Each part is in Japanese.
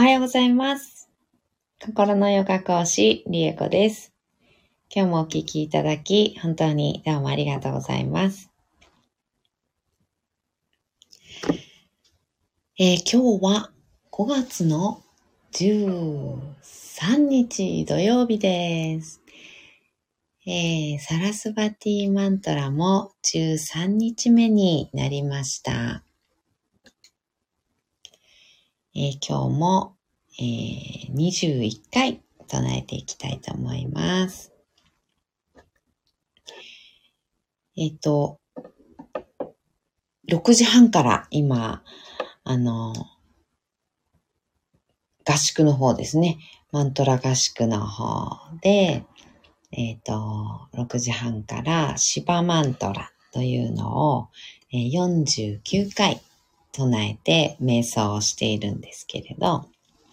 はようございます。心のヨガ講師、リエコです。今日もお聞きいただき、本当にどうもありがとうございます。今日は5月の13日土曜日です。サラスバティマントラも13日目になりました。今日も、21回唱えていきたいと思います。6時半から今、合宿の方ですね。マントラ合宿の方で、6時半からシバマントラというのを、49回唱えて瞑想をしているんですけれど、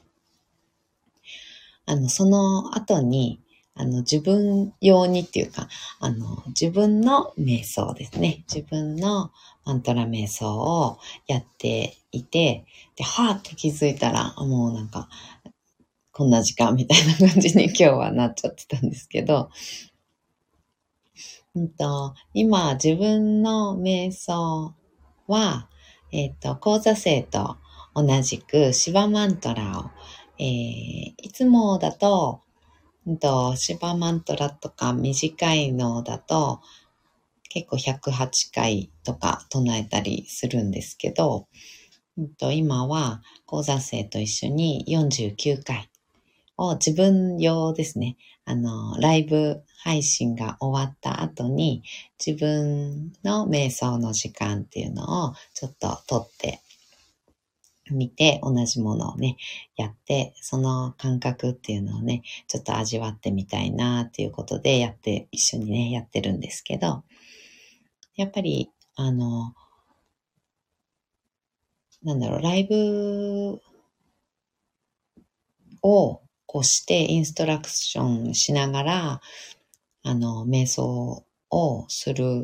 その後に、自分用にっていうか、自分の瞑想ですね。自分のマントラ瞑想をやっていて、で、はーって気づいたら、もうなんか、こんな時間みたいな感じに今日はなっちゃってたんですけど、今自分の瞑想は、講座生と同じくシバマントラを、いつもだと、シバマントラとか短いのだと結構108回とか唱えたりするんですけど、今は講座生と一緒に49回を自分用ですね。ライブ配信が終わった後に自分の瞑想の時間っていうのをちょっと取ってみて、同じものをね、やって、その感覚っていうのをね、ちょっと味わってみたいなっていうことで一緒にね、やってるんですけど、やっぱり、ライブをこうしてインストラクションしながら、瞑想をする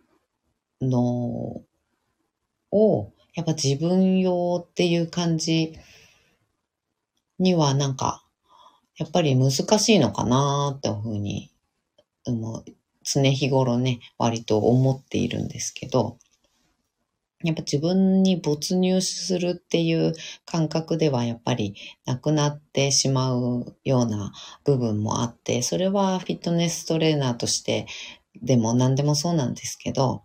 のを、やっぱ自分用っていう感じにはなんか、やっぱり難しいのかなっていうふうに、常日頃ね、割と思っているんですけど、やっぱ自分に没入するっていう感覚ではやっぱりなくなってしまうような部分もあって、それはフィットネストレーナーとしてでも何でもそうなんですけど、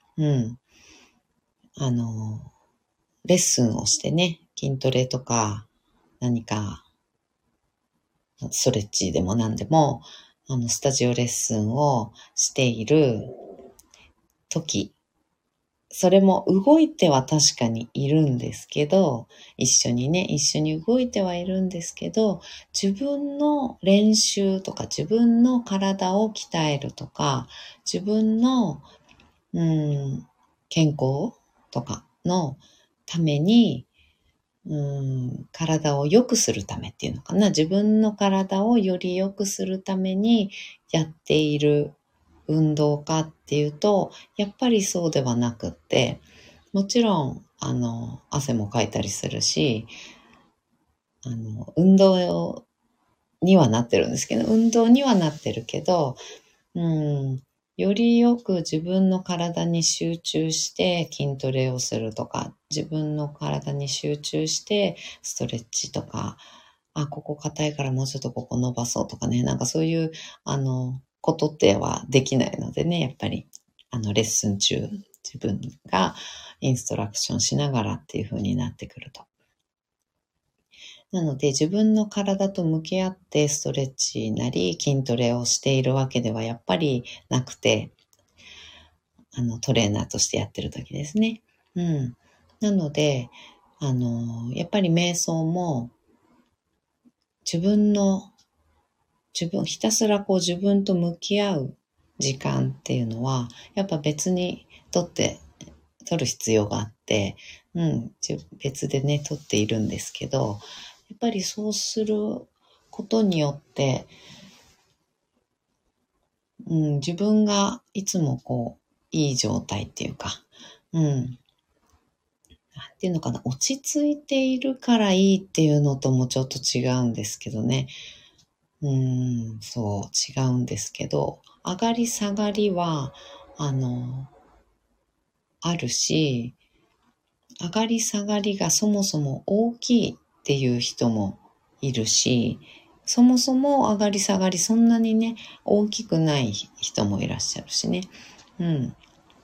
レッスンをしてね、筋トレとか何かストレッチでも何でも、スタジオレッスンをしている時、それも動いては確かにいるんですけど、一緒に動いてはいるんですけど、自分の練習とか自分の体を鍛えるとか、自分の、健康とかのために、体を良くするためっていうのかな。自分の体をより良くするためにやっている運動かっていうと、やっぱりそうではなくって、もちろん、汗もかいたりするし、運動にはなってるんですけど、運動にはなってるけど、よりよく自分の体に集中して筋トレをするとか、自分の体に集中してストレッチとか、ここ硬いからもうちょっとここ伸ばそうとかね、なんかそういう、ことってはできないのでね、やっぱり、レッスン中、自分がインストラクションしながらっていう風になってくると。なので自分の体と向き合ってストレッチなり筋トレをしているわけではやっぱりなくて、トレーナーとしてやってる時ですね。なので、やっぱり瞑想もひたすらこう自分と向き合う時間っていうのは、やっぱ別に取る必要があって、別でね、取っているんですけど、やっぱりそうすることによって、自分がいつもこう、いい状態っていうか、 なんていうのかな、落ち着いているからいいっていうのともちょっと違うんですけどね。そう、違うんですけど、上がり下がりは、あるし、上がり下がりがそもそも大きいっていう人もいるし、そもそも上がり下がりそんなにね、大きくない人もいらっしゃるしね。うん。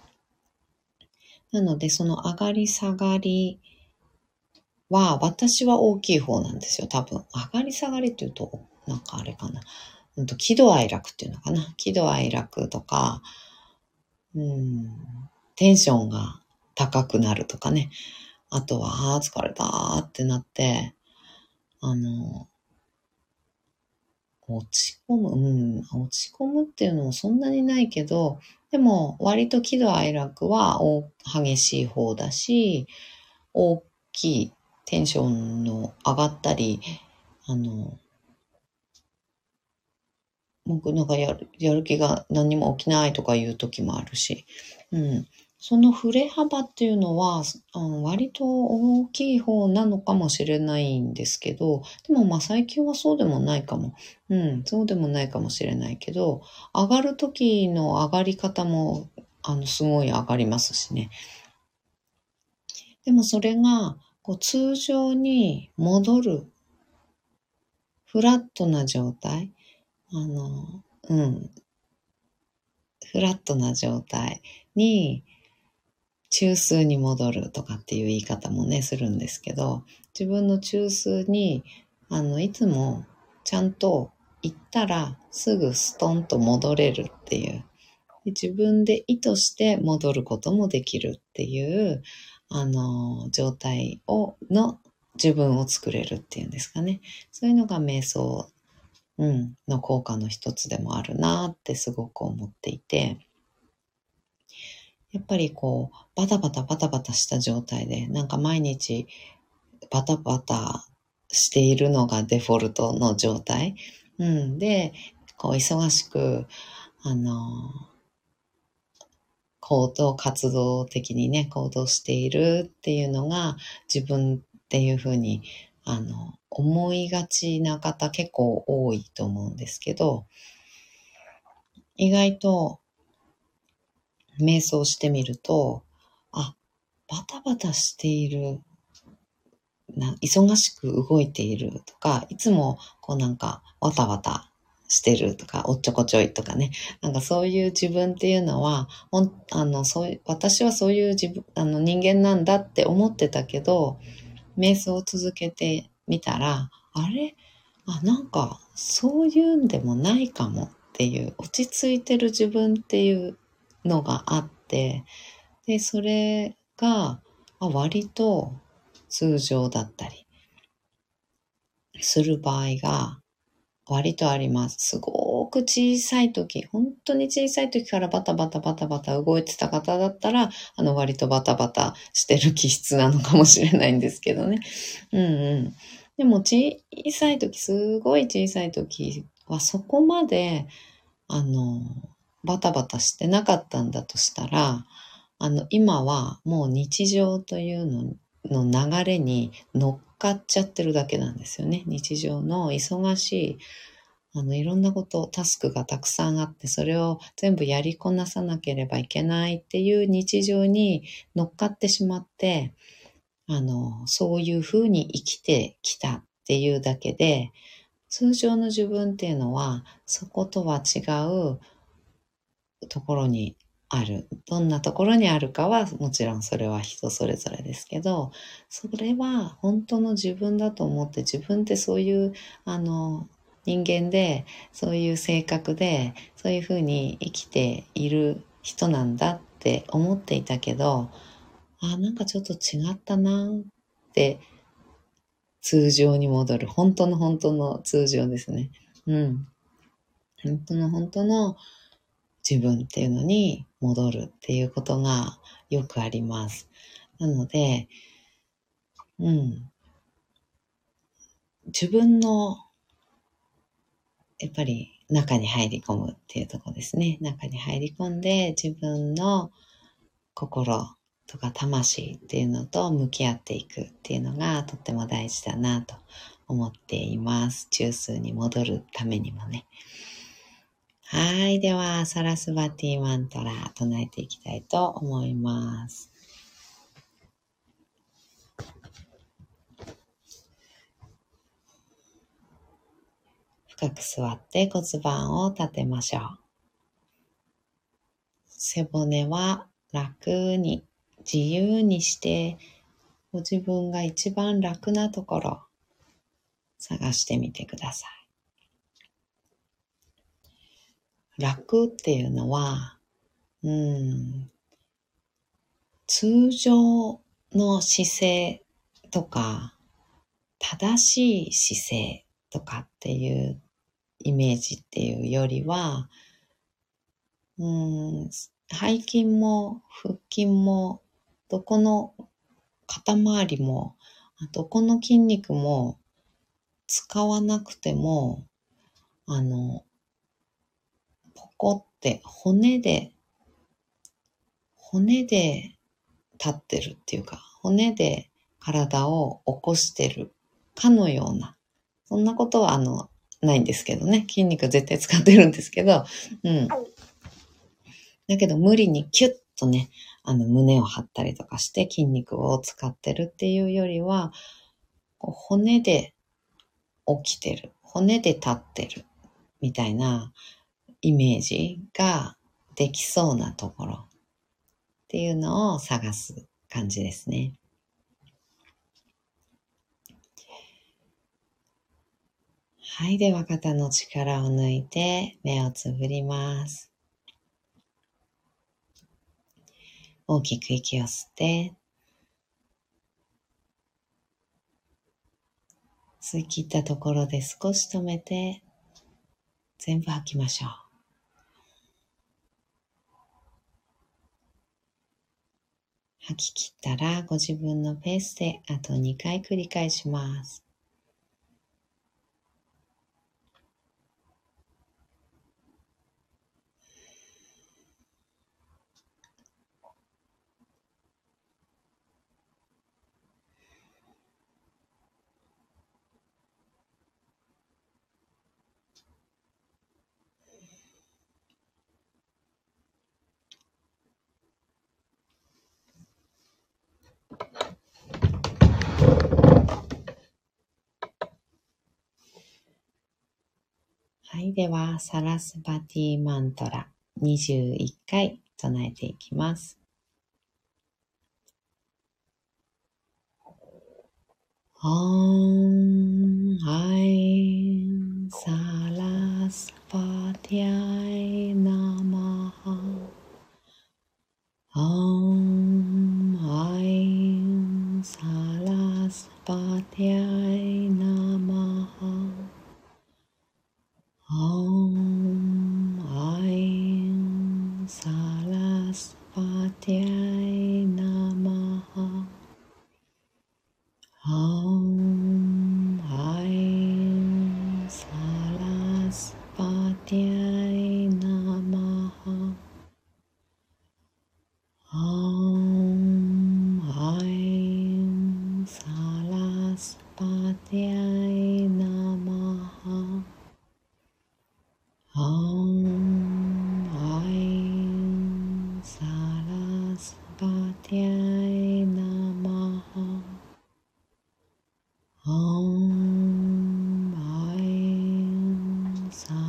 なので、その上がり下がりは、私は大きい方なんですよ、多分。上がり下がりっていうと、なんかあれかな。喜怒哀楽っていうのかな。喜怒哀楽とか、うん、テンションが高くなるとかね。あとは、疲れたーってなって、あの、落ち込む、落ち込むっていうのもそんなにないけど、でも割と喜怒哀楽は激しい方だし、大きいテンションの上がったり、僕なんかやる気が何にも起きないとかいう時もあるし、うん。その振れ幅っていうのは、割と大きい方なのかもしれないんですけど、でもまあ最近はそうでもないかも。そうでもないかもしれないけど、上がる時の上がり方も、すごい上がりますしね。でもそれが、こう通常に戻る、フラットな状態、うん、フラットな状態に中枢に戻るとかっていう言い方もね、するんですけど、自分の中枢に、いつもちゃんと行ったらすぐストンと戻れるっていう。で自分で意図して戻ることもできるっていう、状態の自分を作れるっていうんですかね。そういうのが瞑想、の効果の一つでもあるなってすごく思っていて、やっぱりこう、バタバタバタバタした状態で、なんか毎日バタバタしているのがデフォルトの状態。で、こう、忙しく、あの、活動的にね、行動しているっていうのが自分っていうふうに、思いがちな方結構多いと思うんですけど、意外と瞑想してみると、あ、バタバタしている、忙しく動いているとか、いつもこうなんかわたわたしてるとか、おっちょこちょいとかね。なんかそういう自分っていうのは、私はそういう自分、人間なんだって思ってたけど、瞑想を続けてみたら、あれなんかそういうんでもないかもっていう、落ち着いてる自分っていうのがあって、で、それが、割と通常だったりする場合が割とあります。すごく小さい時、本当に小さい時からバタバタバタバタ動いてた方だったら、割とバタバタしてる気質なのかもしれないんですけどね。でも小さい時、すごい小さい時はそこまで、あの、バタバタしてなかったんだとしたら、今はもう日常というの流れに乗っかっちゃってるだけなんですよね。日常の忙しい、いろんなこと、タスクがたくさんあって、それを全部やりこなさなければいけないっていう日常に乗っかってしまって、そういうふうに生きてきたっていうだけで、通常の自分っていうのは、そことは違うところにある。どんなところにあるかは、もちろんそれは人それぞれですけど、それは本当の自分だと思って、自分ってそういう、人間で、そういう性格で、そういうふうに生きている人なんだって思っていたけど、なんかちょっと違ったなって通常に戻る。本当の本当の通常ですね。うん。本当の本当の自分っていうのに戻るっていうことがよくあります。なので、うん。自分の、やっぱり中に入り込むっていうところですね。中に入り込んで自分の心とか魂っていうのと向き合っていくっていうのがとっても大事だなと思っています。中枢に戻るためにもね。はい。では、サラスバティマントラ唱えていきたいと思います。深く座って骨盤を立てましょう。背骨は楽に自由にしてご自分が一番楽なところ探してみてください。楽っていうのは、通常の姿勢とか正しい姿勢とかっていうイメージっていうよりは、背筋も腹筋もどこの肩周りもどこの筋肉も使わなくてもポコって骨で立ってるっていうか、骨で体を起こしてるかのような、そんなことはないんですけどね。筋肉絶対使ってるんですけど、だけど無理にキュッとね、胸を張ったりとかして筋肉を使ってるっていうよりは、骨で起きてる、骨で立ってるみたいなイメージができそうなところっていうのを探す感じですね。はい。では肩の力を抜いて目をつぶります。大きく息を吸って、吸い切ったところで少し止めて、全部吐きましょう。吐き切ったらご自分のペースであと2回繰り返します。はい。では、サラスバティマントラ21回唱えていきます。Om Aim Sarasvatyai Namaha. Om Aim Sarasvatyai Namaha. Om Aim Sarasvatyai Namaha. Om Aim Sarasvatyai Namaha. Om Aim Sarasvatyai Namaha. Om Aim Sarasvatyai Namaha. Om Aim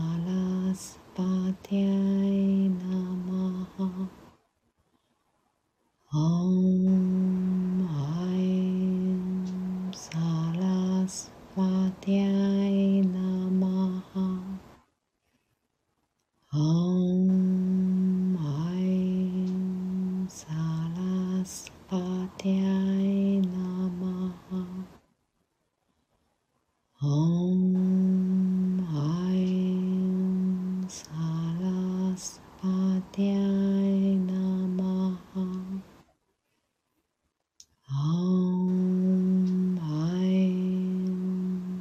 Sarasvatyai Namaha. Om Aim Sarasvatyai Namaha. Om Aim Sarasvatyai Namaha. Om Aim Sarasvatyai Namaha. Om Aim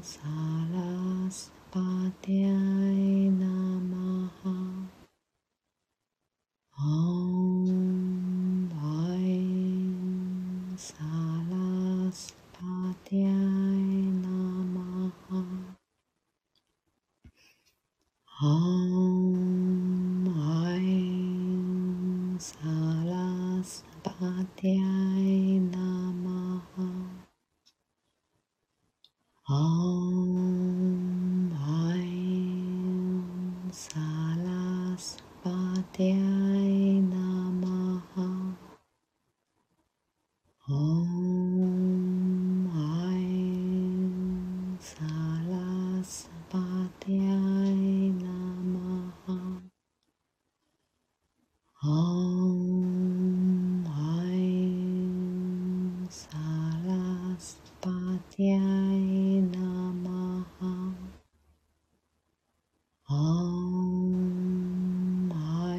Sarasvatyai Namaha. Om Aim Sarasvatyai Namaha. Om Aim Sarasvatyai Namaha. Om Aim Sarasvatyai Namaha. Om Aim Sarasvatyai Namaha. Om Aim Sarasvatyai Namaha. Om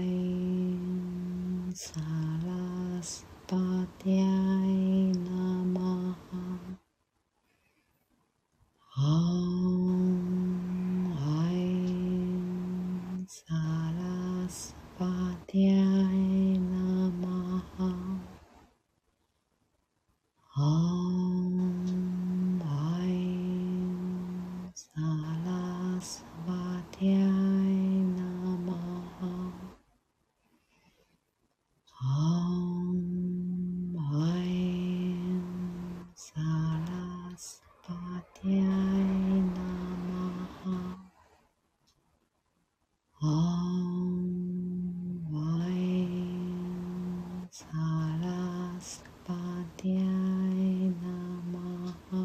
Aim Sarasvatyai Namaha. Om Aim Sarasvatyai Namaha. Om Aim Sarasvatyai Namaha. Om Aim Sarasvatyai Namaha. Om Aim Sarasvatyai Namaha.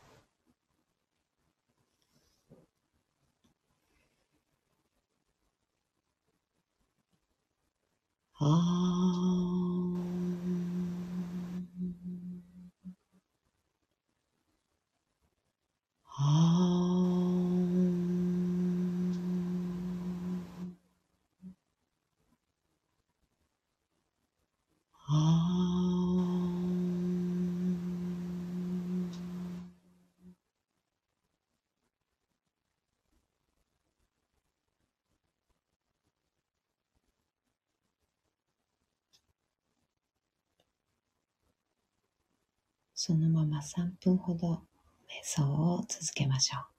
そのまま3分ほど瞑想を続けましょう。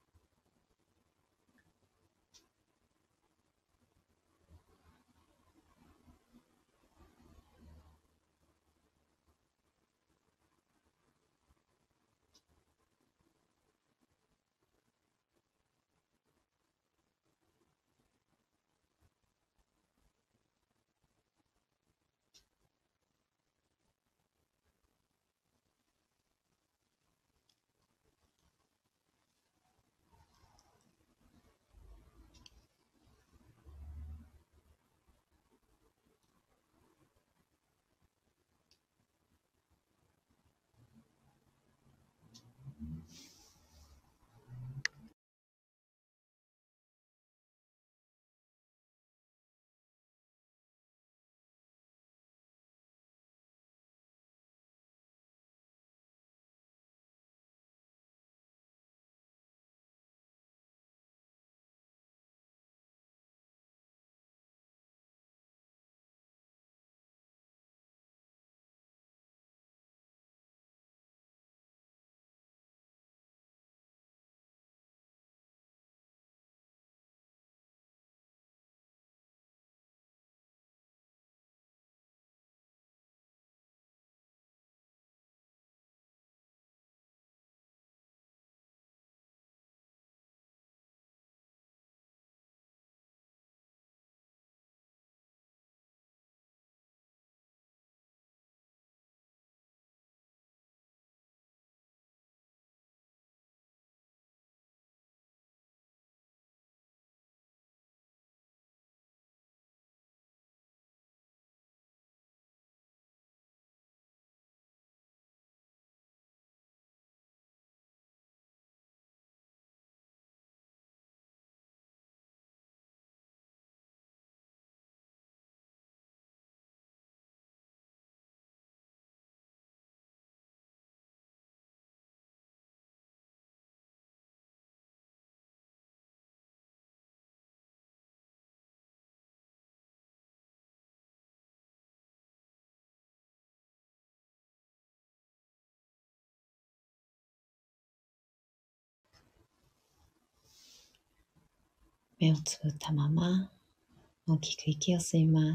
目をつぶったまま大きく息を吸います。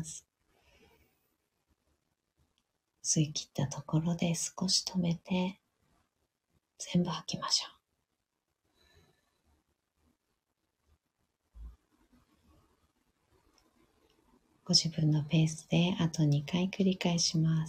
吸い切ったところで少し止めて全部吐きましょう。ご自分のペースであと2回繰り返します。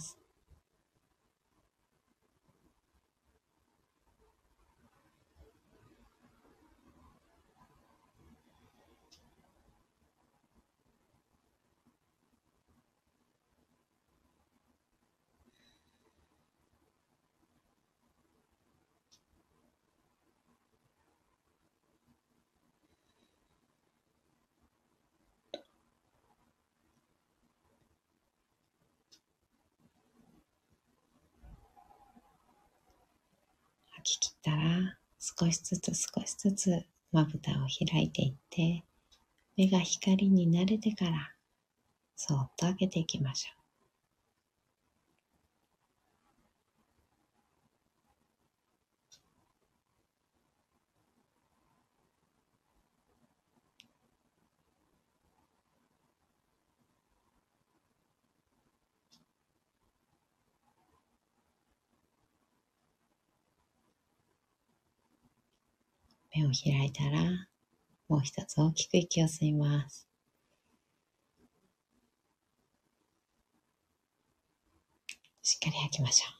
吐き切ったら少しずつまぶたを開いていって、目が光に慣れてからそーっと開けていきましょう。目を開いたらもう一つ大きく息を吸います。しっかり吐きましょ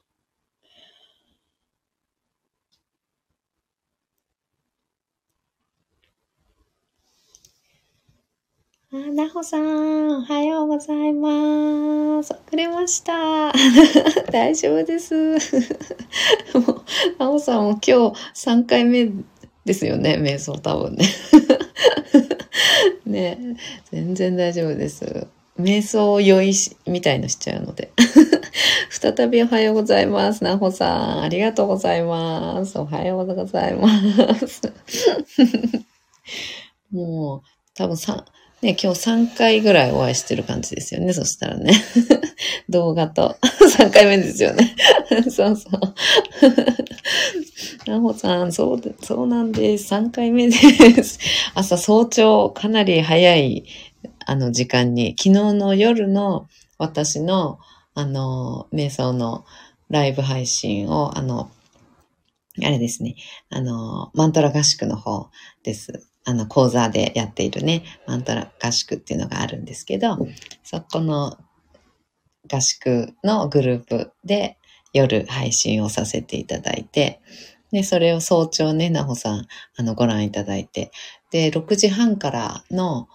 う。なほさん、おはようございます。遅れました。大丈夫です。もうなほさんも今日3回目ですよね、瞑想多分ね。ね、全然大丈夫です。瞑想酔いみたいのしちゃうので。再びおはようございます。なほさん、ありがとうございます。おはようございます。もう、多分ね、今日3回ぐらいお会いしてる感じですよね。そしたらね。動画と3回目ですよね。そうそう。なほさん、そうなんです。3回目です。朝早朝、かなり早い、時間に、昨日の夜の私の、瞑想のライブ配信を、あれですね、マントラ合宿の方です。講座でやっているね、マントラ合宿っていうのがあるんですけど、そこの合宿のグループで夜配信をさせていただいて、で、それを早朝ね、なほさん、ご覧いただいて、で、6時半からの、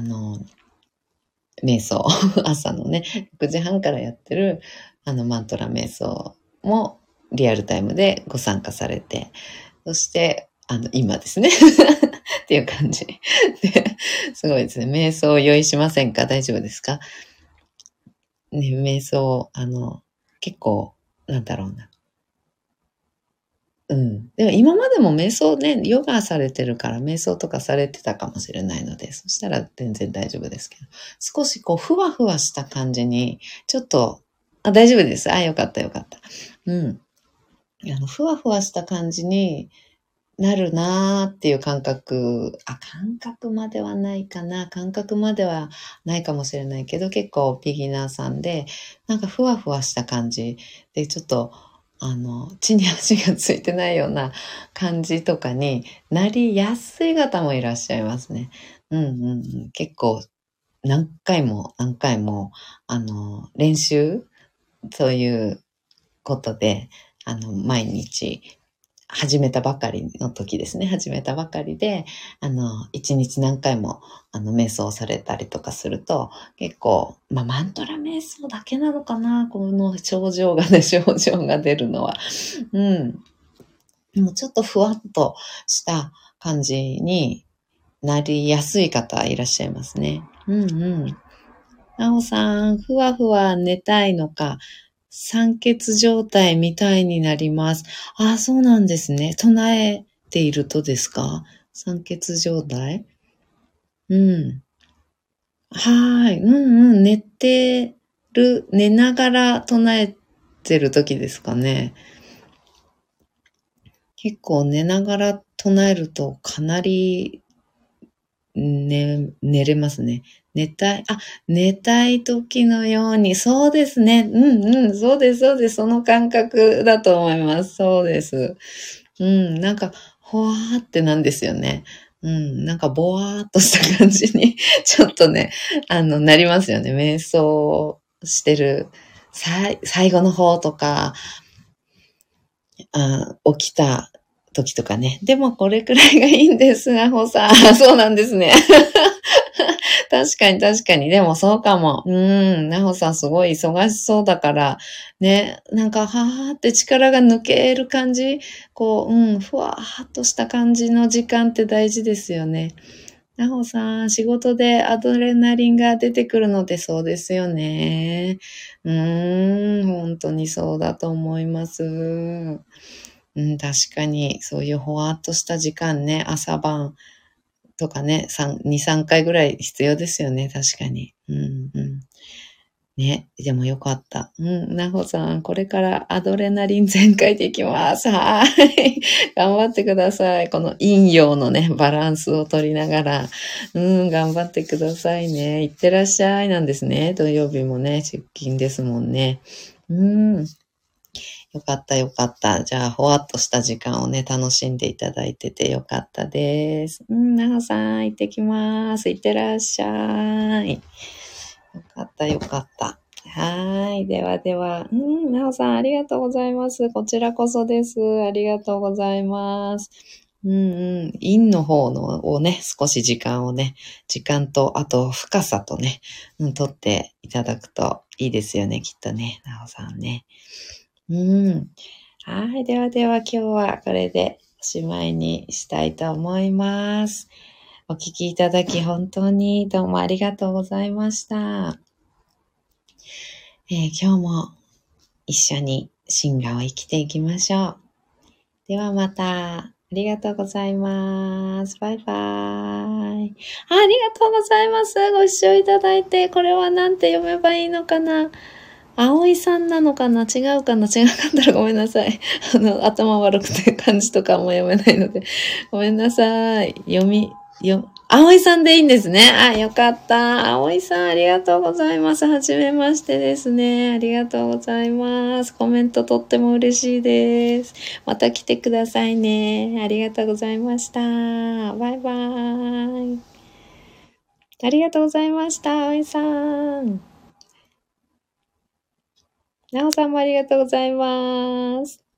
瞑想、朝のね、6時半からやってる、マントラ瞑想もリアルタイムでご参加されて、そして、今ですね。っていう感じ。で、すごいですね。瞑想酔いしませんか？大丈夫ですか？ね、瞑想、結構、なんだろうな。うん。でも今までも瞑想ね、ヨガされてるから瞑想とかされてたかもしれないので、そしたら全然大丈夫ですけど、少しこう、ふわふわした感じに、ちょっと、大丈夫です。よかったよかった。うん。ふわふわした感じになるなーっていう感覚、感覚まではないかな。感覚まではないかもしれないけど、結構ビギナーさんで、なんかふわふわした感じで、ちょっと、地に足がついてないような感じとかになりやすい方もいらっしゃいますね。うんうんうん。結構何回も、練習、そういうことで、毎日始めたばかりの時ですね。始めたばかりで、一日何回も、瞑想されたりとかすると、結構、マントラ瞑想だけなのかな、この症状がね、症状が出るのは。うん。でもちょっとふわっとした感じになりやすい方いらっしゃいますね。うんうん。なおさん、ふわふわ寝たいのか、酸欠状態みたいになります。そうなんですね。唱えているとですか？酸欠状態。うん。はい。うんうん。寝ながら唱えてる時ですかね。結構寝ながら唱えるとかなり寝れますね。寝たい時のように、そうですね。そうです、そうです。その感覚だと思います。そうです。なんか、ほわーってなんですよね。なんか、ぼわーっとした感じにちょっとね、なりますよね。瞑想してる、最後の方とか、起きた時とかね。でも、これくらいがいいんです、なほさん。そうなんですね。確かに確かに。でもそうかも。なほさんすごい忙しそうだから、ね、なんか、はーって力が抜ける感じ、ふわーっとした感じの時間って大事ですよね。なほさん、仕事でアドレナリンが出てくるのでそうですよね。本当にそうだと思います。確かに、そういうほわっとした時間ね、朝晩とかね、2、3回ぐらい必要ですよね、確かに。ね、でもよかった。なほさん、これからアドレナリン全開でいきます。はい。頑張ってください。この陰陽のね、バランスを取りながら、頑張ってくださいね。いってらっしゃいなんですね。土曜日もね、出勤ですもんね。よかったよかった。じゃあ、ほわっとした時間をね、楽しんでいただいててよかったです。なほさん、行ってきます。行ってらっしゃい。よかったよかった。はい。ではでは、なほさん、ありがとうございます。こちらこそです。ありがとうございます。陰の方のをね、少し時間と、あと深さとね、取っていただくといいですよね、きっとね、なほさんね。はい。ではでは今日はこれでおしまいにしたいと思います。お聞きいただき本当にどうもありがとうございました。今日も一緒に進化を生きていきましょう。ではまた。ありがとうございます。バイバーイ。ありがとうございます。ご視聴いただいて、これはなんて読めばいいのかな。葵さんなのかな、違うかな、違かったらごめんなさい。頭悪くて漢字とかも読めないので。ごめんなさい。葵さんでいいんですね。よかった。葵さん、ありがとうございます。はじめましてですね。ありがとうございます。コメントとっても嬉しいです。また来てくださいね。ありがとうございました。バイバーイ。ありがとうございました。葵さん。なおさんもありがとうございます。